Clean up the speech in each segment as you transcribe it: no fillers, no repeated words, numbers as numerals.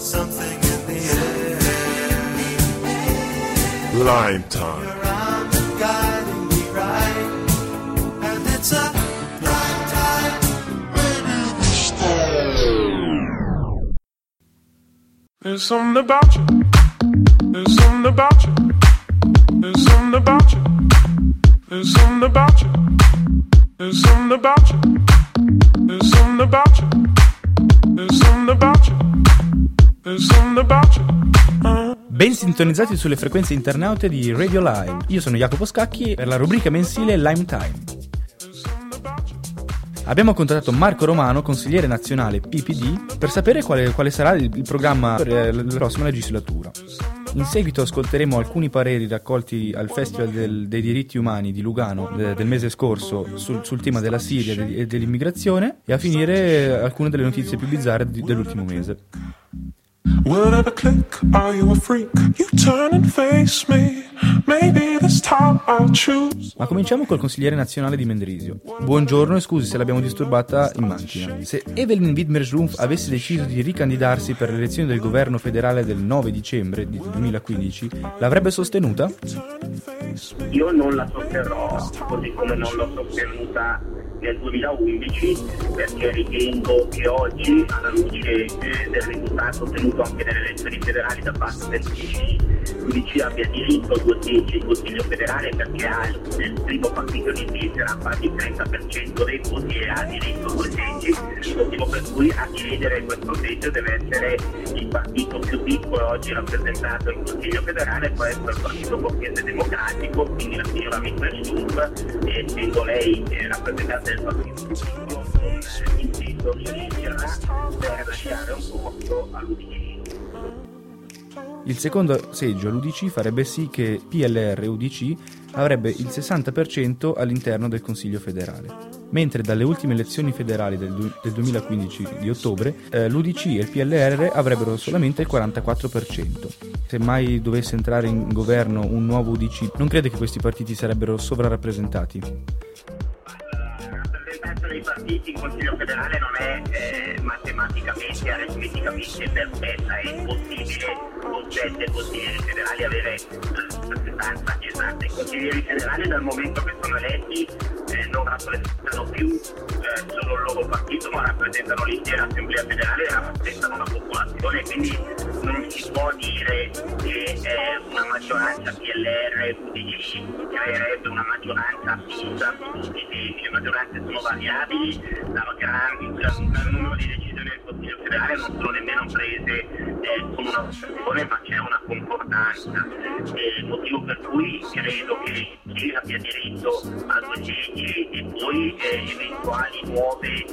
something in the air. Lime time. You're around and guiding me right, and it's a lime time. There's something about you. There's something about you. There's something about you. There's something about you. There's something about you. There's something about you. There's something about you. There's something about you. Ben sintonizzati sulle frequenze internaute di Radio Live. Io sono Jacopo Scacchi per la rubrica mensile Lime Time. Abbiamo contattato Marco Romano, consigliere nazionale PPD, per sapere quale sarà il programma per la prossima legislatura. In seguito ascolteremo alcuni pareri raccolti al Festival dei diritti umani di Lugano del mese scorso sul tema della Siria e dell'immigrazione, e a finire alcune delle notizie più bizzarre dell'ultimo mese. Will it ever click? Are you a freak? You turn and face me. Maybe this time I'll choose. Ma cominciamo col consigliere nazionale di Mendrisio. Buongiorno e scusi se l'abbiamo disturbata in macchina. Se Evelyn Wittmer-Schlumpf avesse deciso di ricandidarsi per le elezioni del governo federale del 9 dicembre di 2015, l'avrebbe sostenuta? Io non la sosterrò, così come non l'ho sostenuta nel 2011, perché ritengo che oggi, alla luce del risultato ottenuto anche nelle elezioni federali da parte del l'UDC, abbia diritto a 2 seggi in Consiglio federale, perché ha il primo partito di Svizzera, ha quasi il 30% dei voti e ha diritto a 2 seggi, motivo per cui a chiedere questo seggio deve essere il partito più piccolo oggi rappresentato in Consiglio federale, questo è il Partito Borghese Democratico, quindi la signora Wittmer-Schlumpf, essendo lei rappresentante del partito più piccolo, intendo riuscirà per lasciare un posto all'UDC. Il secondo seggio all'UDC farebbe sì che PLR-UDC avrebbe il 60% all'interno del Consiglio federale, mentre dalle ultime elezioni federali del 2015 di ottobre l'UDC e il PLR avrebbero solamente il 44%. Se mai dovesse entrare in governo un nuovo UDC, non crede che questi partiti sarebbero sovrarappresentati? La rappresentanza dei partiti in Consiglio federale non è matematicamente, aritmeticamente perfetta, è impossibile con 7 consiglieri federali avere la rappresentanza esatta. I consiglieri federali, dal momento che sono eletti, non rappresentano più solo il loro partito, ma rappresentano l'intera Assemblea federale e rappresentano la popolazione, quindi non si può dire che una maggioranza PLR-UDC creerebbe una maggioranza fissa su tutti i temi. Le maggioranze sono variabili, il numero di decisioni del Consiglio federale non sono nemmeno prese con una votazione, ma c'è una concordanza, motivo per cui credo che chi abbia diritto a 2 seggi e poi eventuali nuovi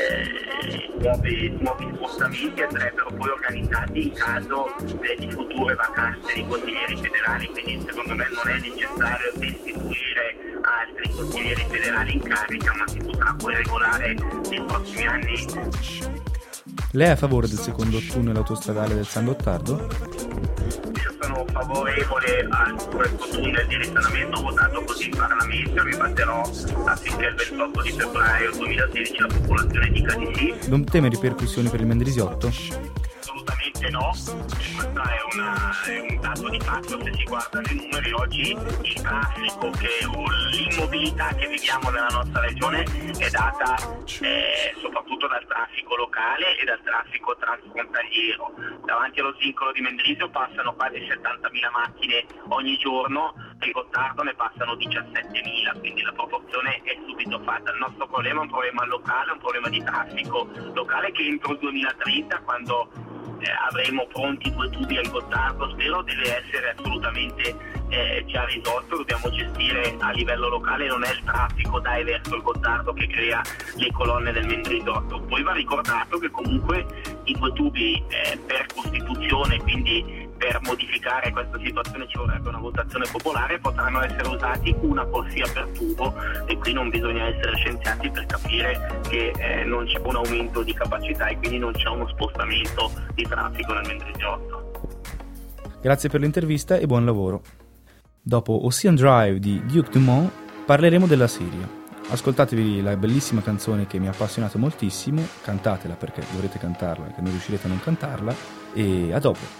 spostamenti andrebbero poi organizzati in caso di future vacanze di consiglieri federali, quindi secondo me non è necessario destituire altri consiglieri federali in carica, ma si potrà poi regolare nei prossimi anni. Lei è a favore del secondo tunnel autostradale del San Gottardo? Io sono favorevole a questo tunnel di risanamento votato così in Parlamento, mi batterò affinché il 28 di febbraio 2016 la popolazione dica di sì. Non teme ripercussioni per il Mendrisiotto? Assolutamente no, questo è un dato di fatto. Se si guardano i numeri oggi, il traffico l'immobilità che viviamo nella nostra regione è data soprattutto dal traffico locale e dal traffico transfrontaliero. Davanti allo Zincolo di Mendrisio passano quasi 70.000 macchine ogni giorno, a Gottardo ne passano 17.000, quindi la proporzione è subito fatta. Il nostro problema è un problema locale, un problema di traffico locale che entro il 2030, quando avremo pronti 2 tubi al Gottardo, spero, deve essere assolutamente già risolto. Dobbiamo gestire a livello locale, non è il traffico dai verso il Gottardo che crea le colonne del Mendrisiotto. Poi va ricordato che comunque i 2 tubi per Costituzione, quindi per modificare questa situazione ci vorrebbe una votazione popolare, potranno essere usati una corsia per tubo, e qui non bisogna essere scienziati per capire che non c'è un aumento di capacità e quindi non c'è uno spostamento di traffico nel Mendrisiotto. Grazie per l'intervista e buon lavoro. Dopo Ocean Drive di Duke Dumont parleremo della Siria. Ascoltatevi la bellissima canzone che mi ha appassionato moltissimo, cantatela perché dovrete cantarla, che non riuscirete a non cantarla, e a dopo.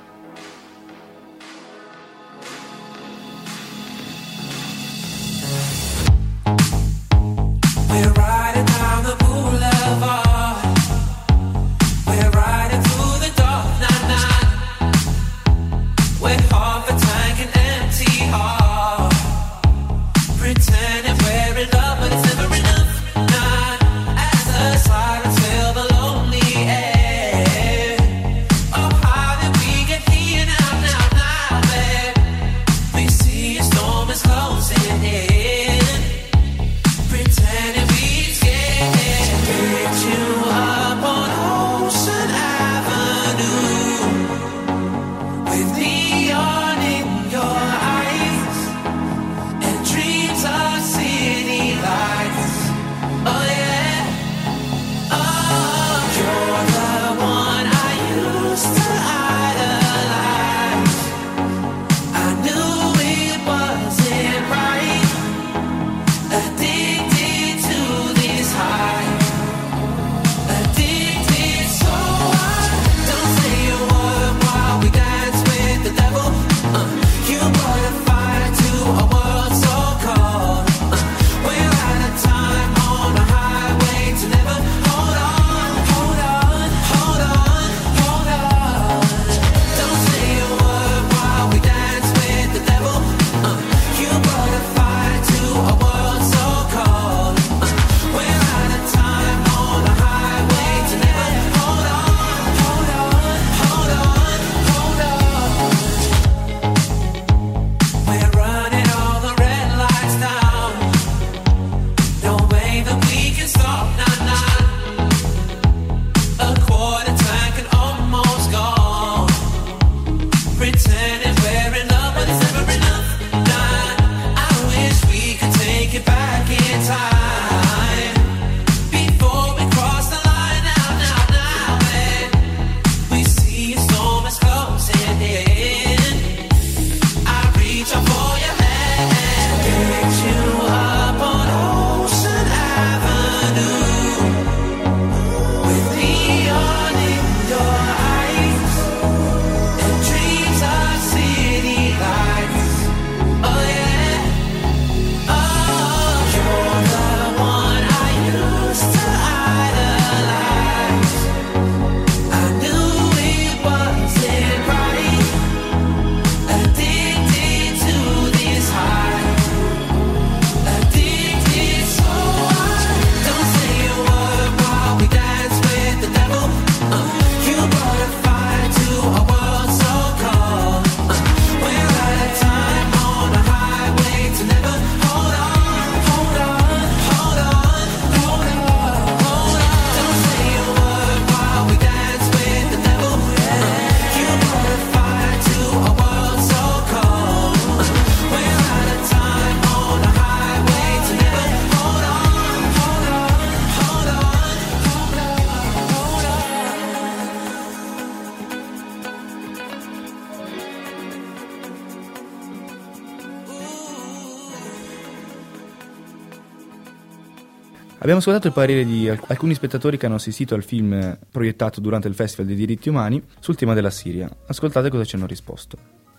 Abbiamo ascoltato il parere di alcuni spettatori che hanno assistito al film proiettato durante il Festival dei diritti umani sul tema della Siria. Ascoltate cosa ci hanno risposto.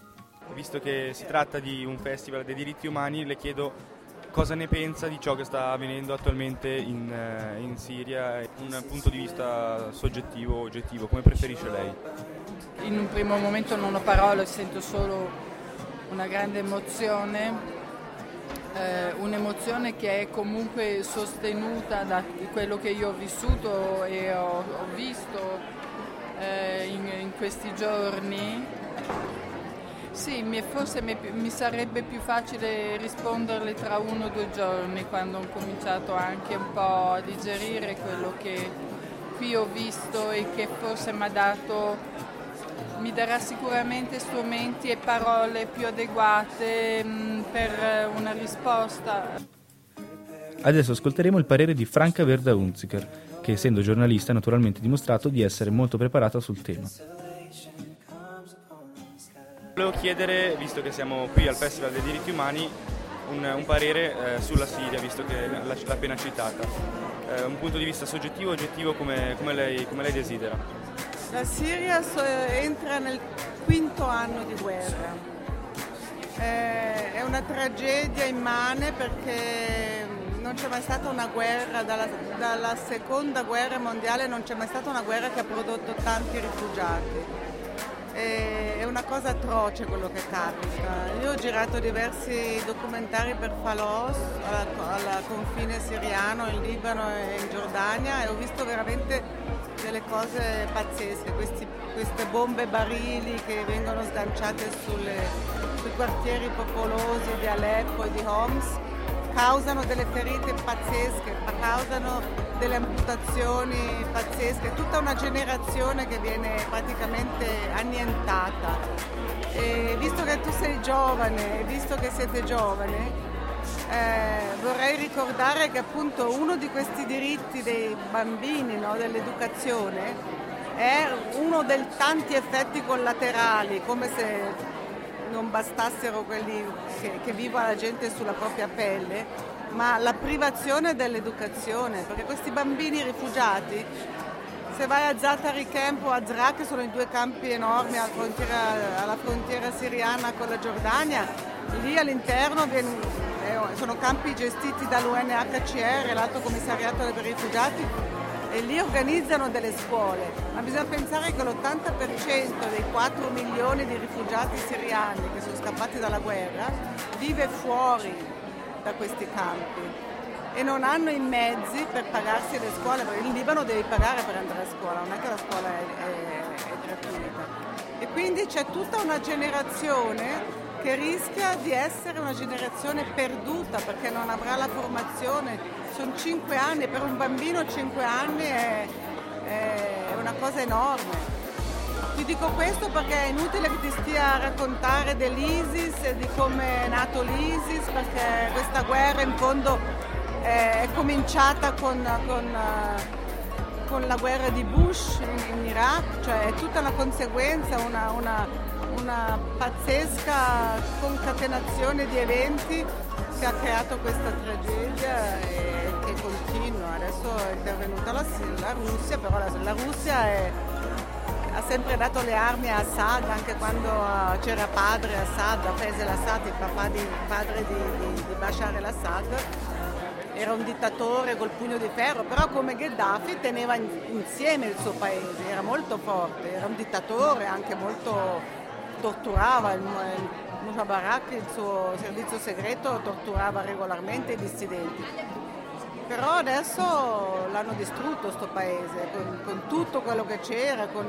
Visto che si tratta di un Festival dei diritti umani, le chiedo cosa ne pensa di ciò che sta avvenendo attualmente in Siria, un punto di vista soggettivo o oggettivo, come preferisce lei? In un primo momento non ho parole, sento solo una grande emozione. Un'emozione che è comunque sostenuta da quello che io ho vissuto e ho visto in questi giorni. Sì, forse mi sarebbe più facile risponderle tra 1 o 2 giorni, quando ho cominciato anche un po' a digerire quello che qui ho visto e che forse mi darà sicuramente strumenti e parole più adeguate per una risposta. Adesso ascolteremo il parere di Franca Verda Hunziker, che essendo giornalista ha naturalmente dimostrato di essere molto preparata sul tema. Volevo chiedere, visto che siamo qui al Festival dei diritti umani, un parere sulla Siria, visto che l'ha appena citata. Un punto di vista soggettivo o oggettivo come lei desidera? La Siria entra nel 5º anno di guerra. È una tragedia immane perché non c'è mai stata una guerra, dalla seconda guerra mondiale non c'è mai stata una guerra che ha prodotto tanti rifugiati. È una cosa atroce quello che capita. Io ho girato diversi documentari per Falos, al confine siriano, in Libano e in Giordania, e ho visto veramente delle cose pazzesche, queste bombe barili che vengono sganciate sui quartieri popolosi di Aleppo e di Homs, causano delle ferite pazzesche, causano delle amputazioni pazzesche, tutta una generazione che viene praticamente annientata. E visto che tu sei giovane e visto che siete giovani, vorrei ricordare che appunto uno di questi diritti dei bambini, no, dell'educazione, è uno dei tanti effetti collaterali, come se non bastassero quelli che viva la gente sulla propria pelle, ma la privazione dell'educazione, perché questi bambini rifugiati, se vai a Zaatari Camp o a Zra, che sono i 2 campi enormi alla frontiera siriana con la Giordania, lì all'interno sono campi gestiti dall'UNHCR, l'Alto Commissariato per i Rifugiati, e lì organizzano delle scuole, ma bisogna pensare che l'80% dei 4 milioni di rifugiati siriani che sono scappati dalla guerra vive fuori da questi campi e non hanno i mezzi per pagarsi le scuole, perché in Libano devi pagare per andare a scuola, non è che la scuola è gratuita. E quindi c'è tutta una generazione che rischia di essere una generazione perduta perché non avrà la formazione. Sono 5 anni, per un bambino 5 anni è una cosa enorme. Ti dico questo perché è inutile che ti stia a raccontare dell'ISIS e di come è nato l'ISIS, perché questa guerra in fondo è cominciata con la guerra di Bush in Iraq, cioè è tutta una conseguenza, una pazzesca concatenazione di eventi che ha creato questa tragedia e che continua. Adesso è intervenuta la Russia, però la Russia ha sempre dato le armi a Assad, anche quando c'era padre Assad, Faisal Assad, il padre di Bashar al-Assad. Era un dittatore col pugno di ferro, però come Gheddafi teneva insieme il suo paese, era molto forte, era un dittatore, anche molto torturava Mubarak, il suo servizio segreto torturava regolarmente i dissidenti. Però adesso l'hanno distrutto sto paese, con tutto quello che c'era, con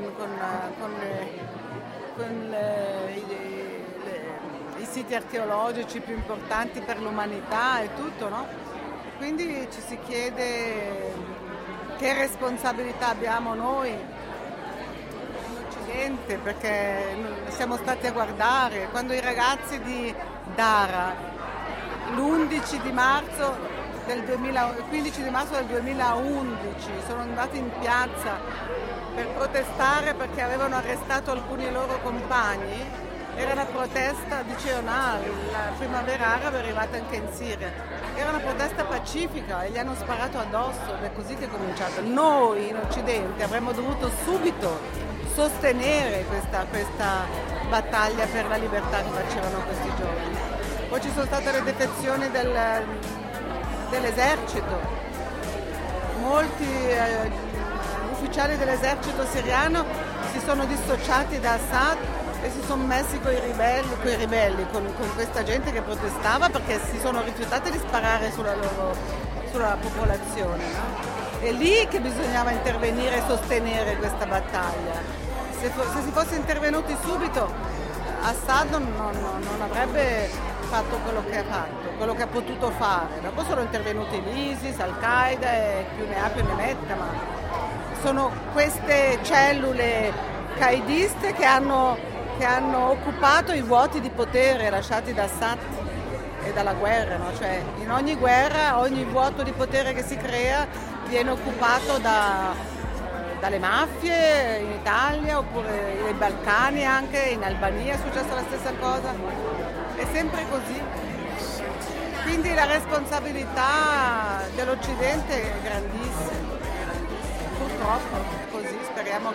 i siti archeologici più importanti per l'umanità e tutto, no? Quindi ci si chiede che responsabilità abbiamo noi in Occidente, perché siamo stati a guardare quando i ragazzi di Dara l'11 di marzo del 15 di marzo del 2011 sono andati in piazza per protestare perché avevano arrestato alcuni loro compagni. Era una protesta, dicevano, la primavera araba è arrivata anche in Siria. Era una protesta pacifica e gli hanno sparato addosso ed è così che è cominciato. Noi in Occidente avremmo dovuto subito sostenere questa battaglia per la libertà che facevano questi giovani. Poi ci sono state le defezioni dell'esercito. Molti ufficiali dell'esercito siriano si sono dissociati da Assad e si sono messi con questa gente che protestava perché si sono rifiutati di sparare sulla popolazione, no? È lì che bisognava intervenire e sostenere questa battaglia. Se si fosse intervenuti subito, Assad non avrebbe fatto quello che ha fatto, quello che ha potuto fare. Dopo sono intervenuti l'ISIS, Al-Qaeda e più ne ha più ne metta, ma sono queste cellule qaediste che hanno occupato i vuoti di potere lasciati da Assad e dalla guerra, no? Cioè, in ogni guerra, ogni vuoto di potere che si crea viene occupato dalle mafie in Italia oppure nei Balcani, anche in Albania è successa la stessa cosa, è sempre così. Quindi la responsabilità dell'Occidente è grandissima. Purtroppo così, speriamo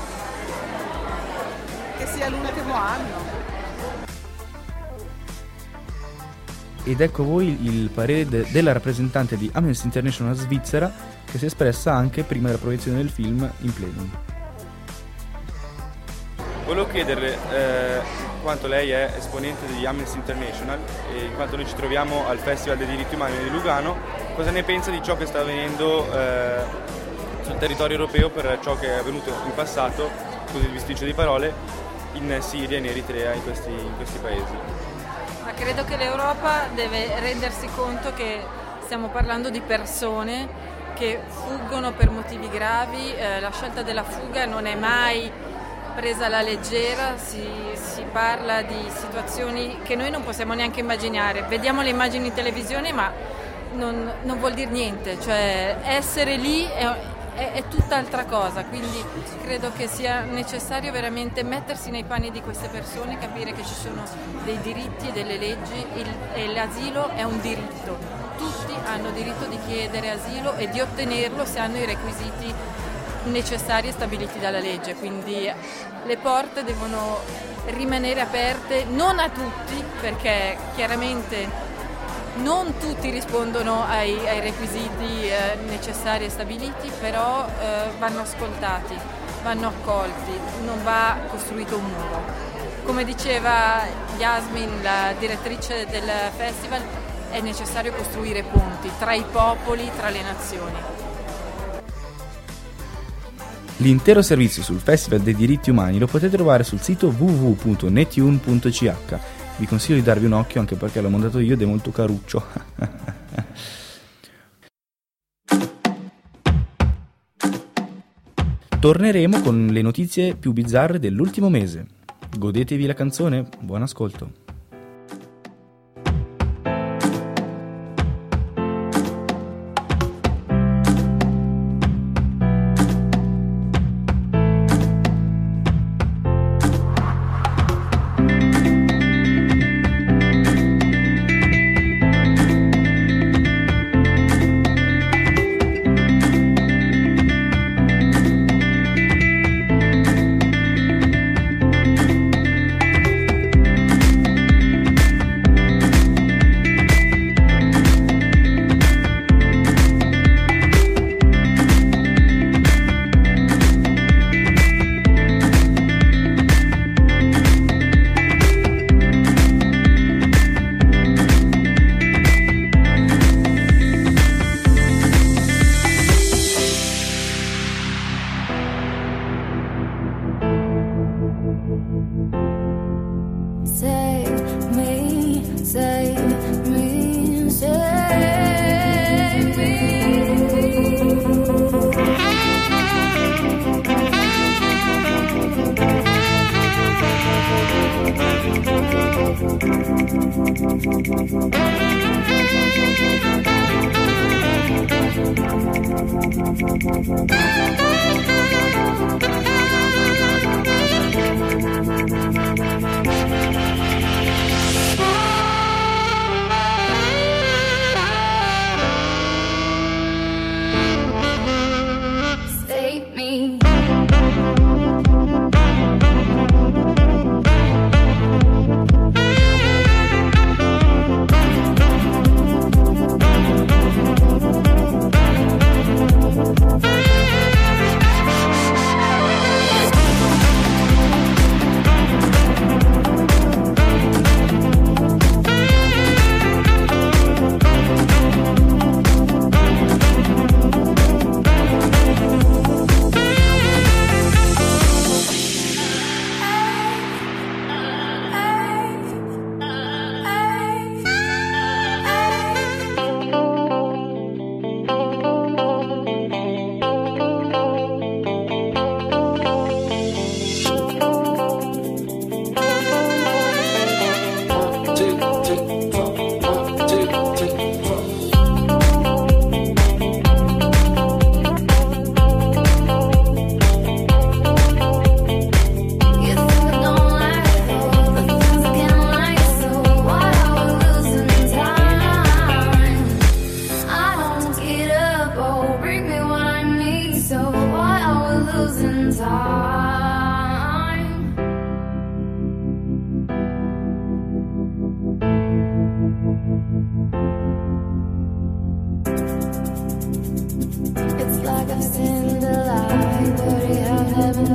che sia l'ultimo anno. Ed ecco voi il parere della rappresentante di Amnesty International Svizzera, che si è espressa anche prima della proiezione del film in plenum. Volevo chiederle, in quanto lei è esponente di Amnesty International e in quanto noi ci troviamo al Festival dei diritti umani di Lugano, cosa ne pensa di ciò che sta avvenendo sul territorio europeo per ciò che è avvenuto in passato, scusi il bisticcio di parole, in Siria e in Eritrea, in questi paesi? Ma credo che l'Europa deve rendersi conto che stiamo parlando di persone che fuggono per motivi gravi, la scelta della fuga non è mai presa alla leggera, si parla di situazioni che noi non possiamo neanche immaginare. Vediamo le immagini in televisione ma non vuol dire niente, cioè essere lì è tutt'altra cosa, quindi credo che sia necessario veramente mettersi nei panni di queste persone, capire che ci sono dei diritti e delle leggi e l'asilo è un diritto, tutti hanno diritto di chiedere asilo e di ottenerlo se hanno i requisiti necessari e stabiliti dalla legge, quindi le porte devono rimanere aperte, non a tutti, perché chiaramente non tutti rispondono ai requisiti necessari e stabiliti, però vanno ascoltati, vanno accolti, non va costruito un muro. Come diceva Yasmin, la direttrice del festival, è necessario costruire ponti tra i popoli, tra le nazioni. L'intero servizio sul Festival dei diritti umani lo potete trovare sul sito www.netune.ch. Vi consiglio di darvi un occhio anche perché l'ho montato io ed è molto caruccio. Torneremo con le notizie più bizzarre dell'ultimo mese. Godetevi la canzone, buon ascolto.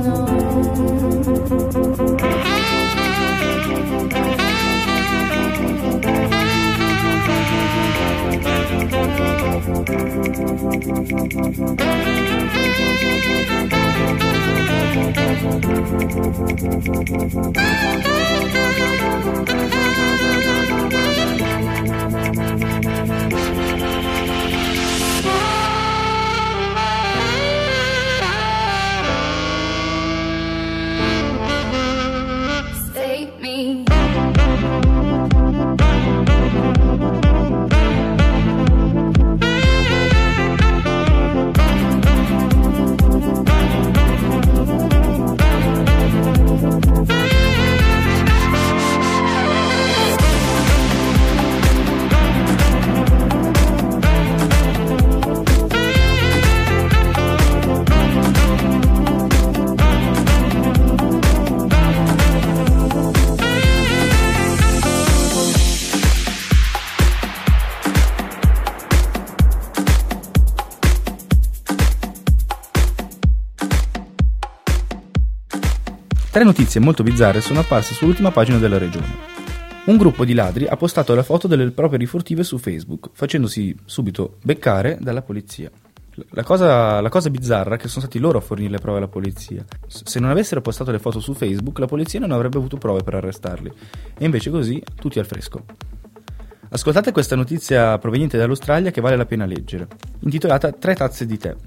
Save me. Tre notizie molto bizzarre sono apparse sull'ultima pagina della regione. Un gruppo di ladri ha postato la foto delle proprie rifurtive su Facebook, facendosi subito beccare dalla polizia. La cosa bizzarra è che sono stati loro a fornire le prove alla polizia. Se non avessero postato le foto su Facebook, la polizia non avrebbe avuto prove per arrestarli. E invece così, tutti al fresco. Ascoltate questa notizia proveniente dall'Australia che vale la pena leggere, intitolata 3 tazze di tè.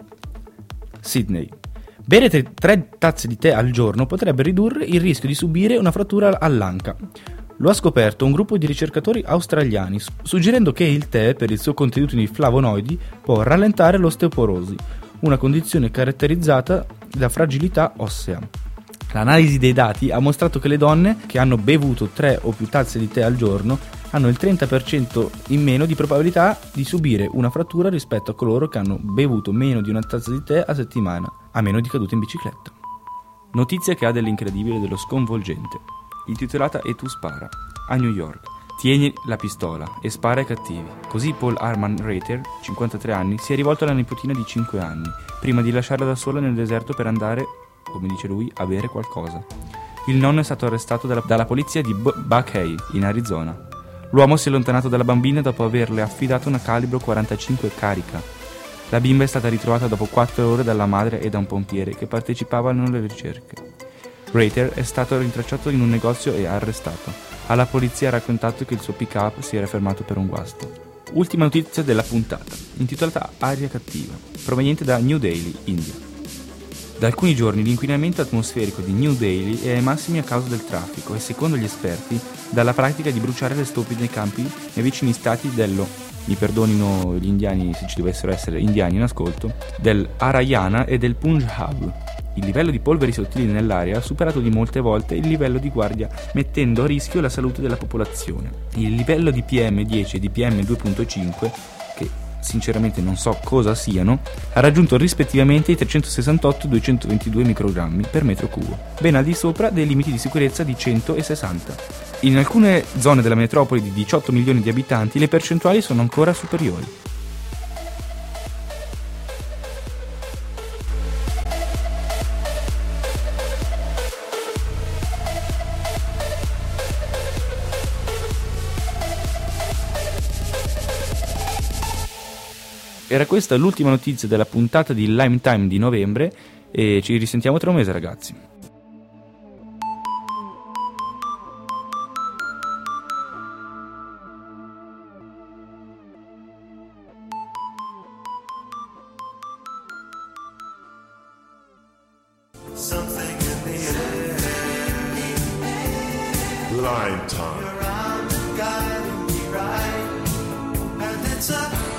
Sydney. Bere 3 tazze di tè al giorno potrebbe ridurre il rischio di subire una frattura all'anca. Lo ha scoperto un gruppo di ricercatori australiani, suggerendo che il tè, per il suo contenuto di flavonoidi, può rallentare l'osteoporosi, una condizione caratterizzata da fragilità ossea. L'analisi dei dati ha mostrato che le donne che hanno bevuto 3 o più tazze di tè al giorno hanno il 30% in meno di probabilità di subire una frattura rispetto a coloro che hanno bevuto meno di una tazza di tè a settimana, a meno di cadute in bicicletta. Notizia che ha dell'incredibile e dello sconvolgente, intitolata E tu spara. A New York. Tieni la pistola e spara ai cattivi. Così Paul Arman Reiter, 53 anni, si è rivolto alla nipotina di 5 anni, prima di lasciarla da sola nel deserto per andare, come dice lui, a bere qualcosa. Il nonno è stato arrestato dalla polizia di Buckeye, in Arizona. L'uomo si è allontanato dalla bambina dopo averle affidato una calibro 45 carica. La bimba è stata ritrovata dopo 4 ore dalla madre e da un pompiere che partecipavano alle ricerche. Reiter è stato rintracciato in un negozio e arrestato. Alla polizia ha raccontato che il suo pick-up si era fermato per un guasto. Ultima notizia della puntata, intitolata Aria cattiva, proveniente da New Delhi, India. Da alcuni giorni l'inquinamento atmosferico di New Delhi è ai massimi a causa del traffico e, secondo gli esperti, dalla pratica di bruciare le stoppie nei campi nei vicini stati dello, mi perdonino gli indiani se ci dovessero essere indiani in ascolto, del Haryana e del Punjab. Il livello di polveri sottili nell'aria ha superato di molte volte il livello di guardia, mettendo a rischio la salute della popolazione. Il livello di PM10 e di PM2.5, che sinceramente non so cosa siano, ha raggiunto rispettivamente i 368 e 222 microgrammi per metro cubo, ben al di sopra dei limiti di sicurezza di 160. In alcune zone della metropoli di 18 milioni di abitanti le percentuali sono ancora superiori. Era questa l'ultima notizia della puntata di Lime Time di novembre e ci risentiamo tra un mese, ragazzi. Something in the air. Lime Time. You're around and guiding me right, and it's a